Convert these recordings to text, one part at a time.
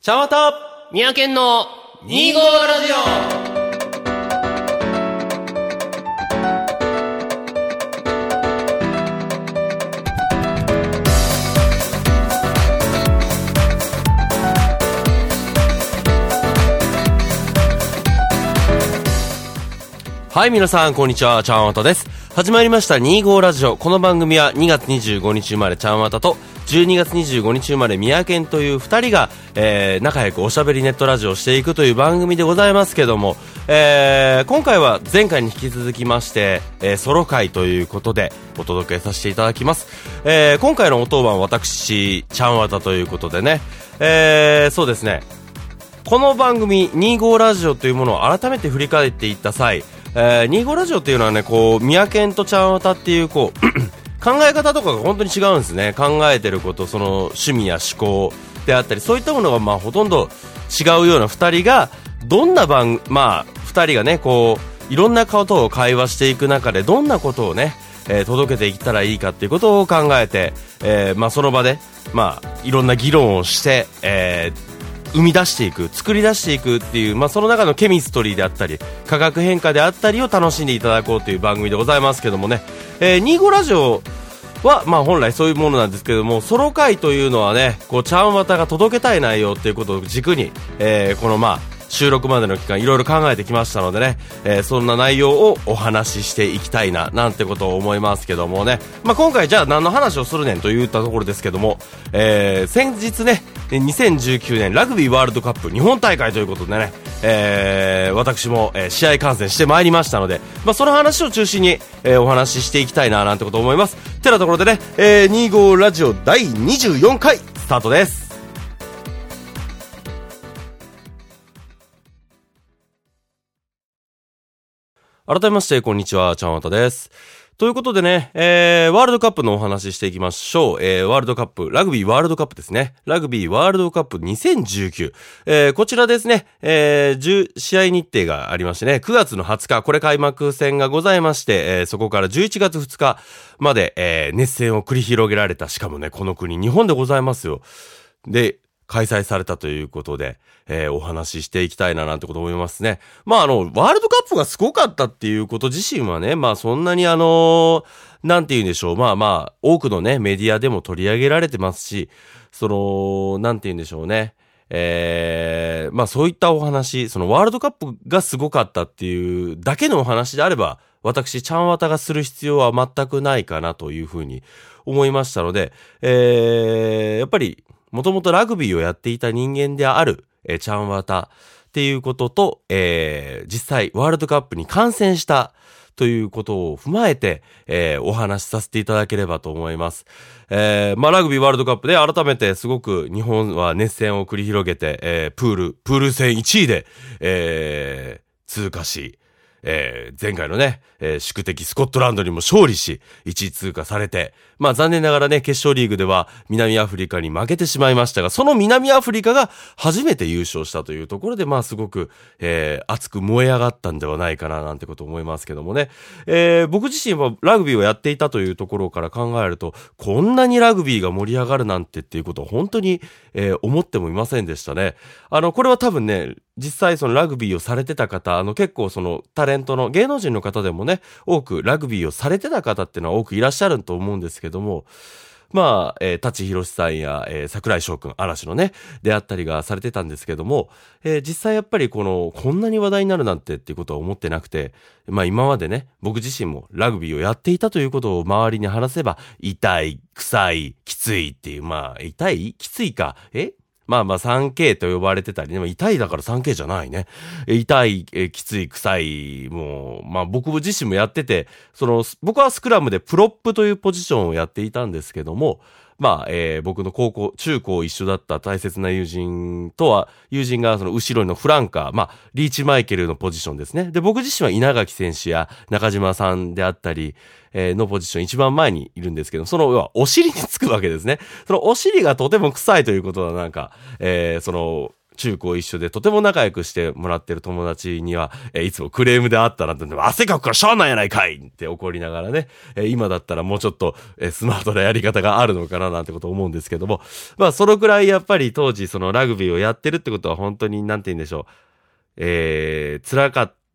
ちゃわた三宅県の2号ラジオ。 はい、皆さんこんにちは、ちゃんわたです。始まりました2号ラジオ。この番組は2月25日生まれちゃんわたと12月25日生まれ宮県という2人が、仲良くおしゃべりネットラジオをしていくという番組でございますけども、今回は前回に引き続きまして、ソロ回ということでお届けさせていただきます。今回のお当番は私ちゃんわたということでね、そうですね、この番組2号ラジオというものを改めて振り返っていった際、2号ラジオっていうのはね、こう宮県とちゃんわたっていうこう考え方とかが本当に違うんですね。考えてること、その趣味や思考であったり、そういったものがまあほとんど違うような2人がどんな2人がね、こういろんなことを会話していく中でどんなことをね、届けていったらいいかっていうことを考えて、その場でいろんな議論をして、生み出していく、作り出していくっていう、その中のケミストリーであったり化学変化であったりを楽しんでいただこうという番組でございますけどもね、25ラジオは本来そういうものなんですけども、ソロ回というのはね、こうちゃんわたが届けたい内容っていうことを軸に、この収録までの期間いろいろ考えてきましたのでね、そんな内容をお話ししていきたいななんてことを思いますけどもね、今回じゃあ何の話をするねんといったところですけども、先日ね2019年ラグビーワールドカップ日本大会ということでね、私も、試合観戦してまいりましたので、その話を中心に、お話ししていきたいななんてことを思います。てなところでね、25ラジオ第24回スタートです。改めましてこんにちは、ちゃんわたです。ということでね、ワールドカップのお話ししていきましょう。ワールドカップ、ラグビーワールドカップですね。ラグビーワールドカップ2019。こちらですね、試合日程がありましてね、9月の20日、これ開幕戦がございまして、そこから11月2日まで、熱戦を繰り広げられた、しかもね、この国、日本でございますよ。で、開催されたということで、お話ししていきたいななんてこと思いますね。ワールドカップがすごかったっていうこと自身はね、そんなになんて言うんでしょう、多くのね、メディアでも取り上げられてますし、なんて言うんでしょうね。そういったお話、そのワールドカップがすごかったっていうだけのお話であれば、私、ちゃんわたがする必要は全くないかなというふうに思いましたので、やっぱり、もともとラグビーをやっていた人間である、ちゃんわたっていうことと、実際ワールドカップに観戦したということを踏まえて、お話しさせていただければと思います。ラグビーワールドカップで改めてすごく日本は熱戦を繰り広げて、プール戦1位で、通過し、前回のね、宿敵スコットランドにも勝利し1位通過されて、残念ながらね、決勝リーグでは南アフリカに負けてしまいましたが、その南アフリカが初めて優勝したというところですごく、熱く燃え上がったんではないかななんてことを思いますけどもね、僕自身はラグビーをやっていたというところから考えると、こんなにラグビーが盛り上がるなんてっていうことを本当に、思ってもいませんでしたね。これは多分ね、実際そのラグビーをされてた方、結構そのタレントの芸能人の方でもね、多くラグビーをされてた方っていうのは多くいらっしゃると思うんですけども、舘ひろしさんや、桜井翔くん、嵐のね、であったりがされてたんですけども、実際やっぱりこんなに話題になるなんてっていうことは思ってなくて、今までね、僕自身もラグビーをやっていたということを周りに話せば、痛い、臭い、きついっていう、痛い、きついか、3K と呼ばれてたりね、痛いだから 3K じゃないね。痛い、きつい、臭い、もう、僕自身もやってて、僕はスクラムでプロップというポジションをやっていたんですけども、僕の中高一緒だった大切な友人がその後ろのフランカー、リーチマイケルのポジションですね。で、僕自身は稲垣選手や中島さんであったり、のポジション一番前にいるんですけど、そのお尻につくわけですね。そのお尻がとても臭いということは中高一緒でとても仲良くしてもらってる友達には、いつもクレームであったら、汗かくからしゃあないやないかいって怒りながらね、今だったらもうちょっと、スマートなやり方があるのかななんてことを思うんですけども、まあそのくらいやっぱり当時そのラグビーをやってるってことは本当になんて言うんでしょう、辛かった、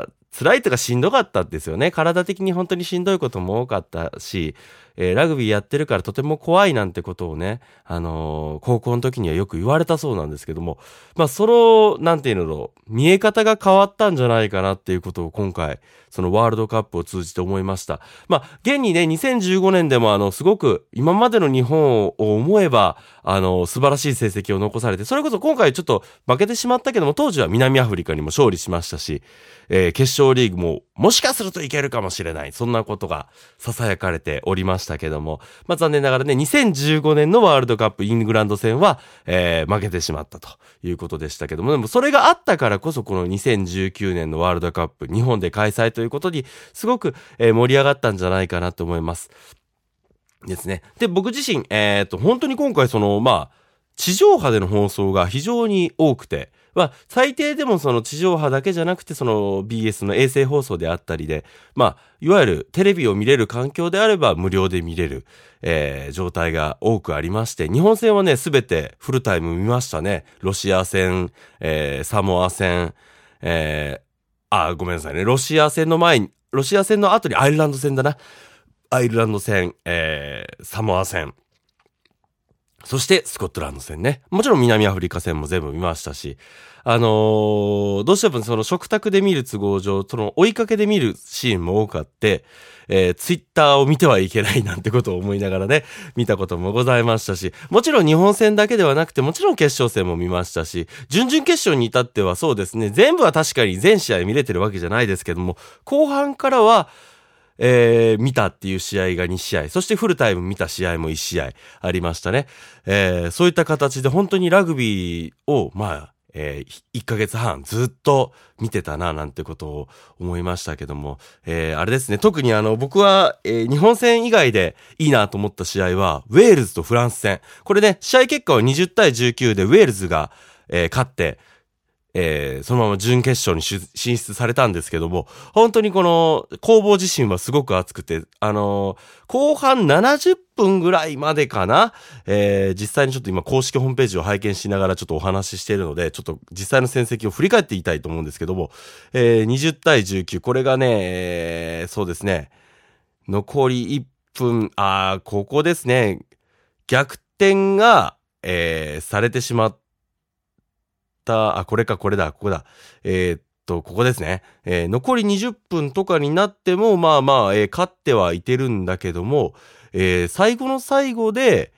辛いとかしんどかったんですよね。体的に本当にしんどいことも多かったし、ラグビーやってるからとても怖いなんてことをね、高校の時にはよく言われたそうなんですけども、まあその、なんていうの、見え方が変わったんじゃないかなっていうことを今回、そのワールドカップを通じて思いました。まあ、現にね、2015年でもすごく今までの日本を思えば、素晴らしい成績を残されて、それこそ今回ちょっと負けてしまったけども、当時は南アフリカにも勝利しましたし、決勝リーグももしかするといけるかもしれない。そんなことが囁かれておりましたけども、まあ残念ながらね、2015年のワールドカップイングランド戦は、負けてしまったということでしたけども、でもそれがあったからこそこの2019年のワールドカップ日本で開催ということにすごく、盛り上がったんじゃないかなと思います。ですね。で、僕自身、本当に今回地上波での放送が非常に多くて、まあ、最低でもその地上波だけじゃなくて、その BS の衛星放送であったりで、まあ、いわゆるテレビを見れる環境であれば無料で見れる、状態が多くありまして、日本戦はね、すべてフルタイム見ましたね。ロシア戦、サモア戦、ごめんなさいね。ロシア戦の後にアイルランド戦だな。アイルランド戦、サモア戦。そしてスコットランド戦ね。もちろん南アフリカ戦も全部見ましたし、どうしてもその食卓で見る都合上、その追いかけで見るシーンも多かって、ツイッターを見てはいけないなんてことを思いながらね、見たこともございましたし、もちろん日本戦だけではなくて、もちろん決勝戦も見ましたし、準々決勝に至ってはそうですね、全部は確かに全試合見れてるわけじゃないですけども、後半からは、見たっていう試合が2試合、そしてフルタイム見た試合も1試合ありましたね。そういった形で本当にラグビーを、1ヶ月半ずっと見てたななんてことを思いましたけども、あれですね、特に僕は、日本戦以外でいいなと思った試合は、ウェールズとフランス戦。これね、試合結果は20対19でウェールズが、勝って、そのまま準決勝に進出されたんですけども、本当にこの攻防自身はすごく熱くて、後半70分ぐらいまでかな、実際にちょっと今公式ホームページを拝見しながらちょっとお話ししているので、ちょっと実際の戦績を振り返っていたいと思うんですけども、20対19、これがね、そうですね、残り1分、ここですね、逆転が、されてしまった、ここだ。ここですね。残り20分とかになっても、勝ってはいてるんだけども、最後の最後で、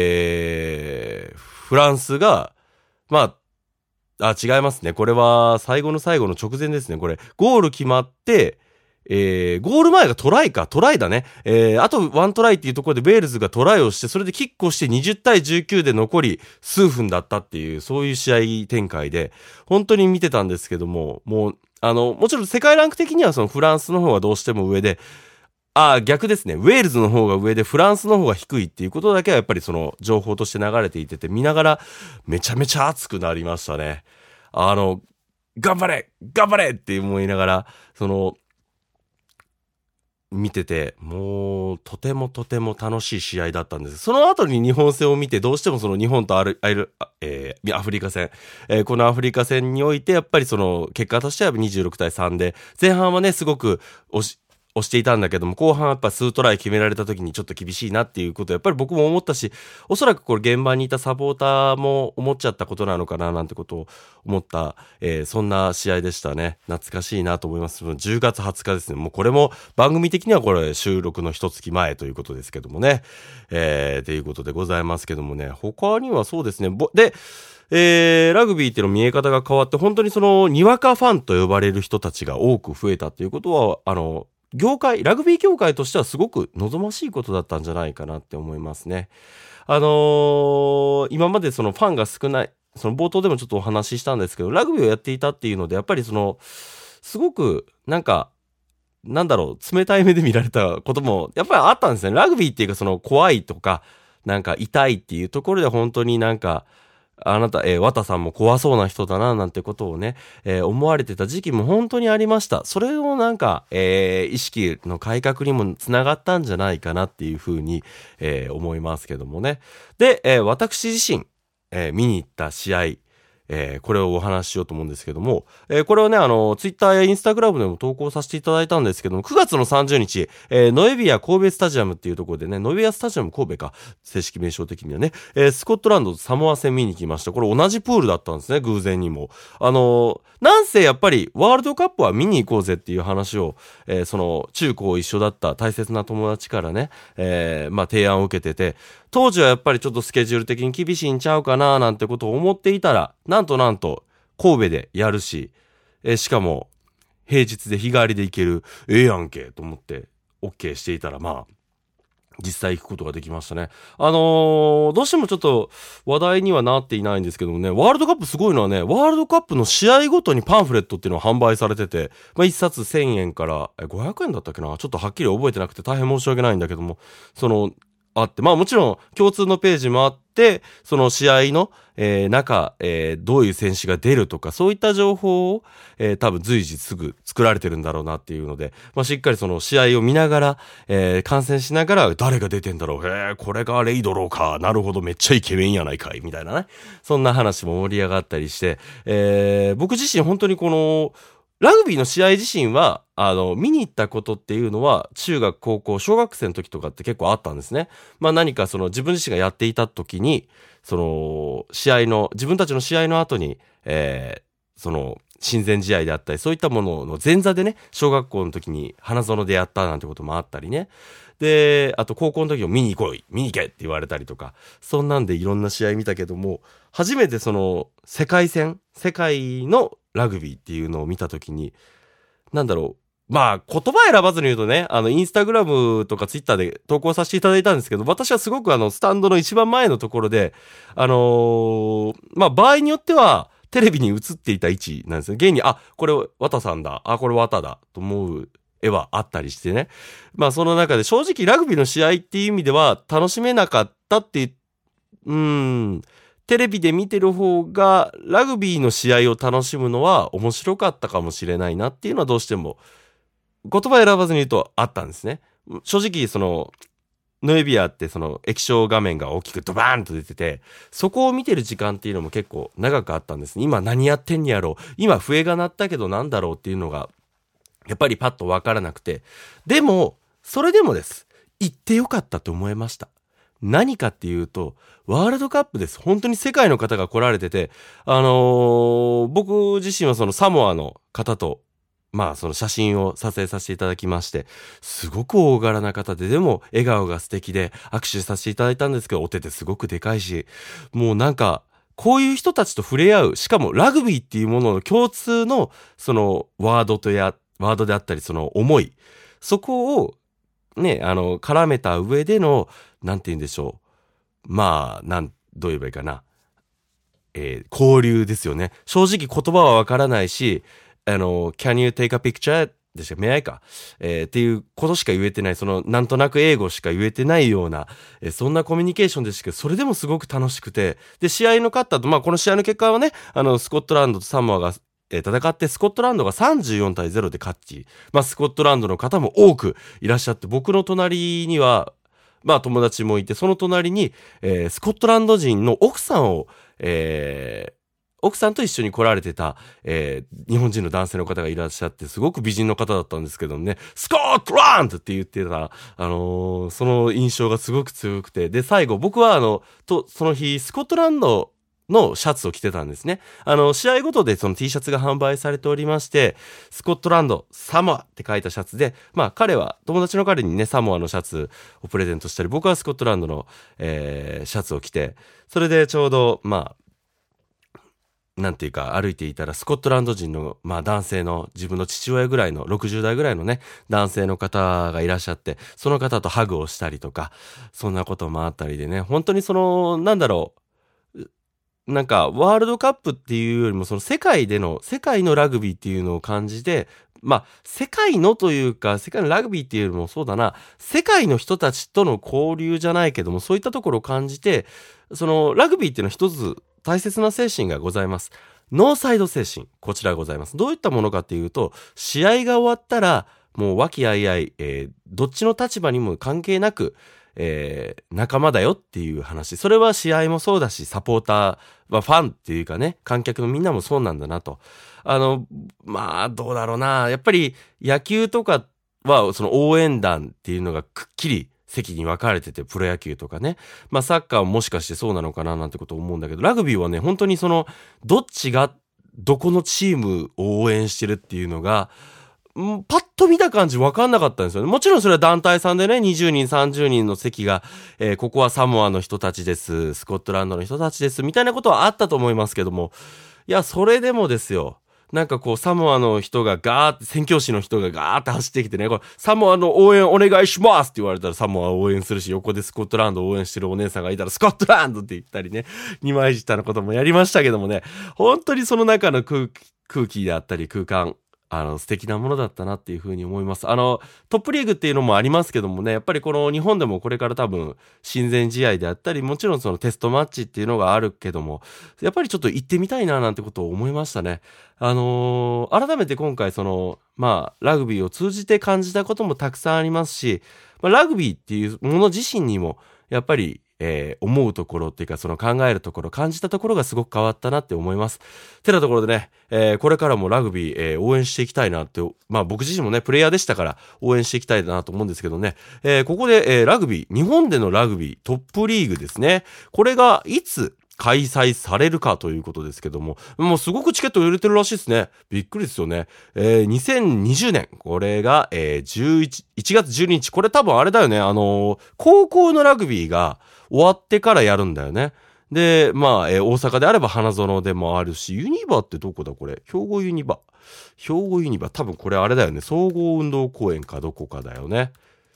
フランスが、違いますね。これは最後の最後の直前ですね。これ、ゴール決まって、ゴール前がトライだね。あと1トライっていうところでウェールズがトライをして、それでキックをして20対19で残り数分だったっていう、そういう試合展開で、本当に見てたんですけども、もちろん世界ランク的にはそのフランスの方がどうしても上で、逆ですね。ウェールズの方が上でフランスの方が低いっていうことだけはやっぱりその情報として流れていてて、見ながらめちゃめちゃ熱くなりましたね。頑張れって思いながら、見てて、もう、とても楽しい試合だったんです。その後に日本戦を見て、どうしてもその日本とアフリカ戦、このアフリカ戦において、やっぱりその、結果としては26対3で、前半はね、すごく押していたんだけども、後半やっぱ数トライ決められた時にちょっと厳しいなっていうことをやっぱり僕も思ったし、おそらくこれ現場にいたサポーターも思っちゃったことなのかななんてことを思った、そんな試合でしたね。懐かしいなと思います。10月20日ですね。もうこれも番組的にはこれ収録の一月前ということですけどもね。っていうことでございますけどもね。他にはそうですね。で、ラグビーっていうの見え方が変わって、本当にその、にわかファンと呼ばれる人たちが多く増えたっていうことは、ラグビー業界としてはすごく望ましいことだったんじゃないかなって思いますね。今までそのファンが少ない、その冒頭でもちょっとお話ししたんですけど、ラグビーをやっていたっていうので、やっぱりすごく、冷たい目で見られたことも、やっぱりあったんですね。ラグビーっていうか怖いとか、痛いっていうところで本当にあなた、綿さんも怖そうな人だな、なんてことをね、思われてた時期も本当にありました。それをなんか、意識の改革にもつながったんじゃないかなっていうふうに、思いますけどもね。で、私自身、見に行った試合、これをお話ししようと思うんですけども、これをね、ツイッターやインスタグラムでも投稿させていただいたんですけども、9月の30日、ノエビア神戸スタジアムっていうところでね、ノエビアスタジアム神戸か、正式名称的にはね、スコットランドとサモア戦見に来ました。これ同じプールだったんですね、偶然にも。なんせやっぱりワールドカップは見に行こうぜっていう話を、その中高一緒だった大切な友達からね、提案を受けてて、当時はやっぱりちょっとスケジュール的に厳しいんちゃうかななんてことを思っていたら、なんと神戸でやるし、しかも平日で日帰りで行ける、やんけと思って OK していたら、実際行くことができましたね。どうしてもちょっと話題にはなっていないんですけどもね、ワールドカップすごいのはね、ワールドカップの試合ごとにパンフレットっていうのが販売されてて、1冊1000円から500円だったっけな、ちょっとはっきり覚えてなくて大変申し訳ないんだけども、あって、もちろん共通のページもあって、その試合の、中、どういう選手が出るとか、そういった情報を、多分随時すぐ作られてるんだろうなっていうので、しっかりその試合を見ながら、観戦しながら、誰が出てんだろう、これがレイドローか、なるほど、めっちゃイケメンやないかい、みたいなね。そんな話も盛り上がったりして、僕自身本当にラグビーの試合自身は、見に行ったことっていうのは、中学、高校、小学生の時とかって結構あったんですね。何か自分自身がやっていた時に、自分たちの試合の後に、親善試合であったり、そういったものの前座でね、小学校の時に花園でやったなんてこともあったりね。で、あと高校の時も見に行けって言われたりとか、そんなんでいろんな試合見たけども、初めて世界のラグビーっていうのを見た時に、言葉選ばずに言うとね、インスタグラムとかツイッターで投稿させていただいたんですけど、私はすごくスタンドの一番前のところで、場合によっては、テレビに映っていた位置なんですよ。現に、これ、綿さんだ。これ綿だ。と思う絵はあったりしてね。その中で正直ラグビーの試合っていう意味では楽しめなかったってテレビで見てる方がラグビーの試合を楽しむのは面白かったかもしれないなっていうのはどうしても言葉選ばずに言うとあったんですね。正直ノエビアって液晶画面が大きくドバーンと出てて、そこを見てる時間っていうのも結構長くあったんですね。今何やってんやろう。今笛が鳴ったけどなんだろうっていうのがやっぱりパッとわからなくて。でも、それでもです。行ってよかったと思いました。何かっていうと、ワールドカップです。本当に世界の方が来られてて、僕自身はサモアの方と、写真を撮影させていただきまして、すごく大柄な方で、でも笑顔が素敵で握手させていただいたんですけど、お手手すごくでかいし、もうこういう人たちと触れ合う、しかもラグビーっていうものの共通の、ワードであったり、思い、そこを、ね、絡めた上での、なんて言うんでしょう。どう言えばいいかな。交流ですよね。正直言葉はわからないし、can you take a picture? でした。may Iか。っていうことしか言えてない、なんとなく英語しか言えてないような、そんなコミュニケーションでしたけど、それでもすごく楽しくて、で、試合の勝ったと、この試合の結果はね、スコットランドとサモアが、戦って、スコットランドが34対0で勝ち、スコットランドの方も多くいらっしゃって、僕の隣には、友達もいて、その隣に、スコットランド人の奥さんと一緒に来られてた、日本人の男性の方がいらっしゃって、すごく美人の方だったんですけどもね、スコットランドって言ってた、その印象がすごく強くて、で、最後、僕はその日、スコットランドのシャツを着てたんですね。試合ごとでその T シャツが販売されておりまして、スコットランド、サモアって書いたシャツで、友達の彼にね、サモアのシャツをプレゼントしたり、僕はスコットランドの、シャツを着て、それでちょうど、なんていうか歩いていたらスコットランド人の男性の自分の父親ぐらいの60代ぐらいのね男性の方がいらっしゃって、その方とハグをしたりとか、そんなこともあったりでね、本当にワールドカップっていうよりも世界のラグビーっていうのを感じて、世界のというか世界のラグビーっていうよりもそうだな、世界の人たちとの交流じゃないけども、そういったところを感じて、ラグビーっていうのは一つ大切な精神がございます。ノーサイド精神、こちらございます。どういったものかっていうと、試合が終わったらもう和気あいあい、どっちの立場にも関係なく、仲間だよっていう話。それは試合もそうだし、サポーターはファンっていうかね、観客のみんなもそうなんだなと。まあどうだろうな、やっぱり野球とかはその応援団っていうのがくっきり席に分かれてて、プロ野球とかね。まあサッカーももしかしてそうなのかななんてことを思うんだけど、ラグビーはね、本当にその、どっちがどこのチームを応援してるっていうのが、パッと見た感じ分かんなかったんですよね。もちろんそれは団体さんでね、20人、30人の席が、ここはサモアの人たちです、スコットランドの人たちです、みたいなことはあったと思いますけども、いや、それでもですよ。なんかこうサモアの人がガーって、宣教師の人がガーって走ってきてね、これサモアの応援お願いしますって言われたらサモアを応援するし、横でスコットランドを応援してるお姉さんがいたらスコットランドって言ったりね、二枚舌のこともやりましたけどもね、本当にその中の空気であったり空間、素敵なものだったなっていうふうに思います。トップリーグっていうのもありますけどもね、やっぱりこの日本でもこれから多分親善試合であったり、もちろんそのテストマッチっていうのがあるけども、やっぱりちょっと行ってみたいななんてことを思いましたね。改めて今回ラグビーを通じて感じたこともたくさんありますし、ラグビーっていうもの自身にもやっぱり思うところっていうか、その考えるところ、感じたところがすごく変わったなって思います。てなところでね、これからもラグビー、応援していきたいなって、僕自身もね、プレイヤーでしたから応援していきたいなと思うんですけどね、ここで、ラグビー、日本でのラグビートップリーグですね。これがいつ開催されるかということですけども、もうすごくチケット売れてるらしいですね。びっくりですよね。2020年、これが、1月12日、これ多分あれだよね、高校のラグビーが終わってからやるんだよね。で、大阪であれば花園でもあるし、ユニバってどこだこれ？兵庫ユニバ、多分これあれだよね、総合運動公園かどこかだよね。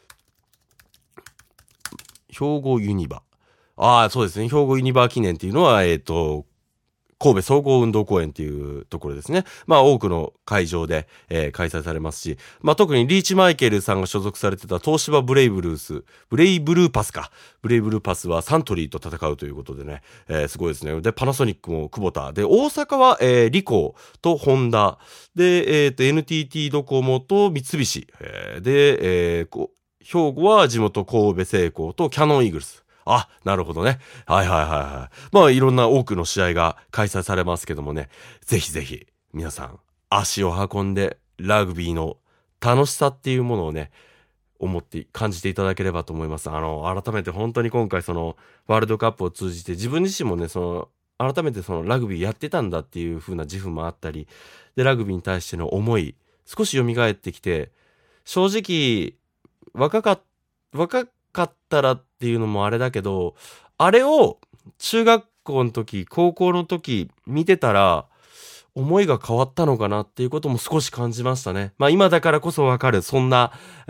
兵庫ユニバ。そうですね。兵庫ユニバー記念っていうのは、神戸総合運動公園っていうところですね。多くの会場で、開催されますし、特にリーチマイケルさんが所属されてた東芝ブレイブルーパスはサントリーと戦うということでね、すごいですね。で、パナソニックも久保田。で、大阪は、リコーとホンダ。で、NTT ドコモと三菱。で、兵庫は地元神戸製鋼とキャノンイーグルス。なるほどね。はい。いろんな多くの試合が開催されますけどもね、ぜひぜひ皆さん足を運んでラグビーの楽しさっていうものをね、思って感じていただければと思います。改めて本当に今回そのワールドカップを通じて自分自身もね、改めてそのラグビーやってたんだっていう風な自負もあったり、で、ラグビーに対しての思い、少し蘇ってきて、正直、若かったらっていうのもあれだけど、あれを中学校の時、高校の時見てたら思いが変わったのかなっていうことも少し感じましたね。今だからこそわかる、そんな、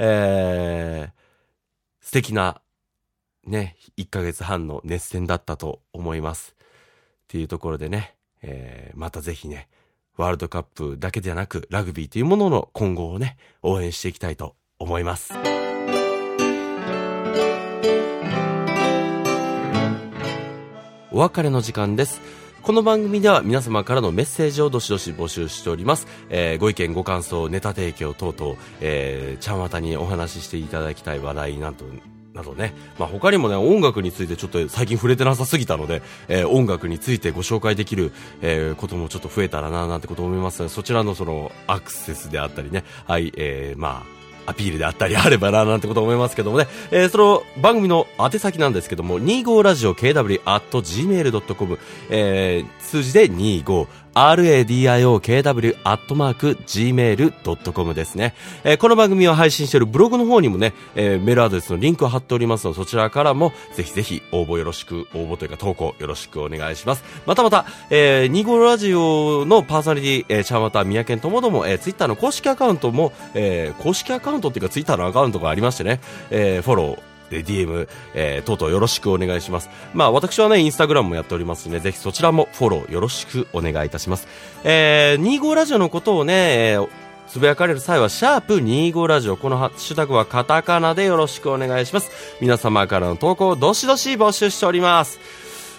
素敵なね、1ヶ月半の熱戦だったと思います。っていうところでね、またぜひね、ワールドカップだけではなくラグビーというものの今後をね、応援していきたいと思います。お別れの時間です。この番組では皆様からのメッセージをどしどし募集しております。ご意見ご感想、ネタ提供等々、ちゃんわたにお話ししていただきたい話題などね、他にもね、音楽についてちょっと最近触れてなさすぎたので、音楽についてご紹介できる、こともちょっと増えたらななんてことを思いますので、そちらのそのアクセスであったりね、はい、アピールであったりあればななんてことを思いますけどもね、その番組の宛先なんですけども、25radiokw@gmail.com、数字で25 radiokw@gmail.com ですね。この番組を配信しているブログの方にもね、メールアドレスのリンクを貼っておりますので、そちらからもぜひぜひ応募というか投稿よろしくお願いします。また、25ラジオのパーソナリティ、ちゃんわた、みやけんともども、ツイッターの公式アカウントも、公式アカウントっていうかツイッターのアカウントがありましてね、フォロー、DM、等々よろしくお願いします。私はね、インスタグラムもやっておりますので、ぜひそちらもフォローよろしくお願いいたします。25ラジオのことをね、つぶやかれる際は、#25ラジオ。このハッシュタグはカタカナでよろしくお願いします。皆様からの投稿をどしどし募集しております。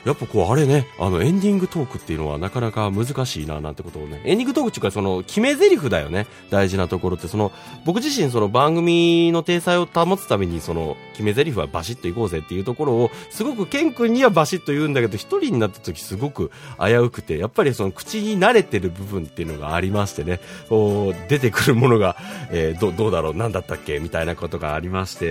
やっぱこうあれね、エンディングトークっていうのはなかなか難しいななんてことをね、エンディングトークっていうかその決め台詞だよね、大事なところって。僕自身その番組の体裁を保つためにその決め台詞はバシッといこうぜっていうところを、すごくケン君にはバシッと言うんだけど、一人になった時すごく危うくて、やっぱりその口に慣れてる部分っていうのがありましてね、出てくるものが、どうだろう、なんだったっけみたいなことがありまして、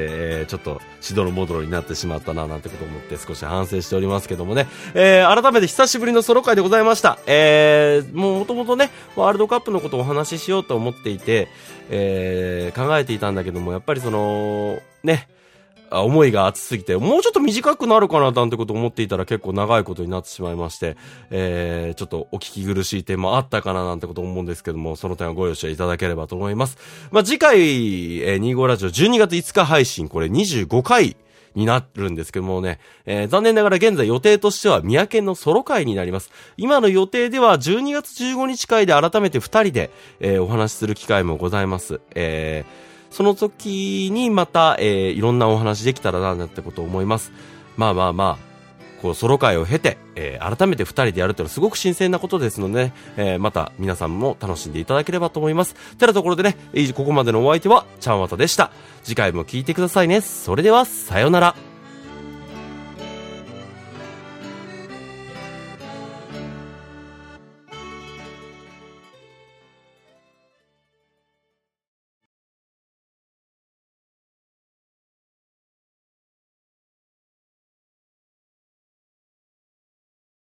ちょっとしどろもどろになってしまったななんてことを思って少し反省しておりますけどもね、改めて久しぶりのソロ会でございました。もともとね、ワールドカップのことをお話ししようと思っていて、考えていたんだけども、やっぱりそのね、思いが熱すぎて、もうちょっと短くなるかななんてことを思っていたら結構長いことになってしまいまして、ちょっとお聞き苦しい点もあったかななんてことを思うんですけども、その点はご容赦いただければと思います。次回、25ラジオ12月5日配信、これ25回になるんですけどもね、残念ながら現在予定としては三宅のソロ会になります。今の予定では12月15日会で改めて2人で、お話しする機会もございます。その時にまた、いろんなお話できたらなってことを思います。まあ、こうソロ会を経て、改めて2人でやるというのはすごく新鮮なことですので、また皆さんも楽しんでいただければと思います。てなところでね、ここまでのお相手はちゃんわたでした。次回も聞いてくださいね。それではさようなら。